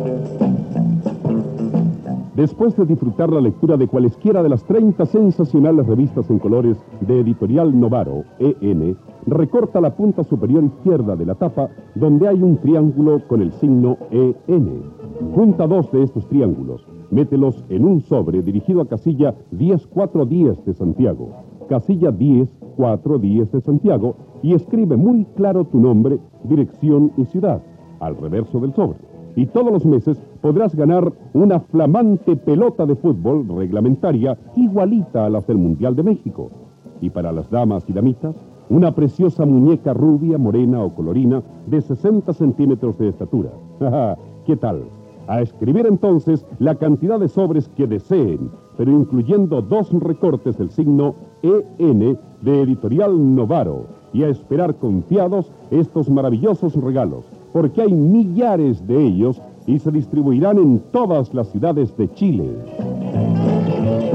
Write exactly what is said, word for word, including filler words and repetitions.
Después de disfrutar la lectura de cualesquiera de las treinta sensacionales revistas en colores de Editorial Novaro, E N, recorta la punta superior izquierda de la tapa donde hay un triángulo con el signo E N. Junta dos de estos triángulos, mételos en un sobre dirigido a casilla diez cuatro diez de Santiago, casilla diez cuatro diez de Santiago, y escribe muy claro tu nombre, dirección y ciudad, al reverso del sobre. Y todos los meses podrás ganar una flamante pelota de fútbol reglamentaria igualita a las del Mundial de México. Y para las damas y damitas, una preciosa muñeca rubia, morena o colorina de sesenta centímetros de estatura. ¿Qué tal? A escribir entonces la cantidad de sobres que deseen, pero incluyendo dos recortes del signo E N de Editorial Novaro, y a esperar confiados estos maravillosos regalos, porque hay millares de ellos y se distribuirán en todas las ciudades de Chile.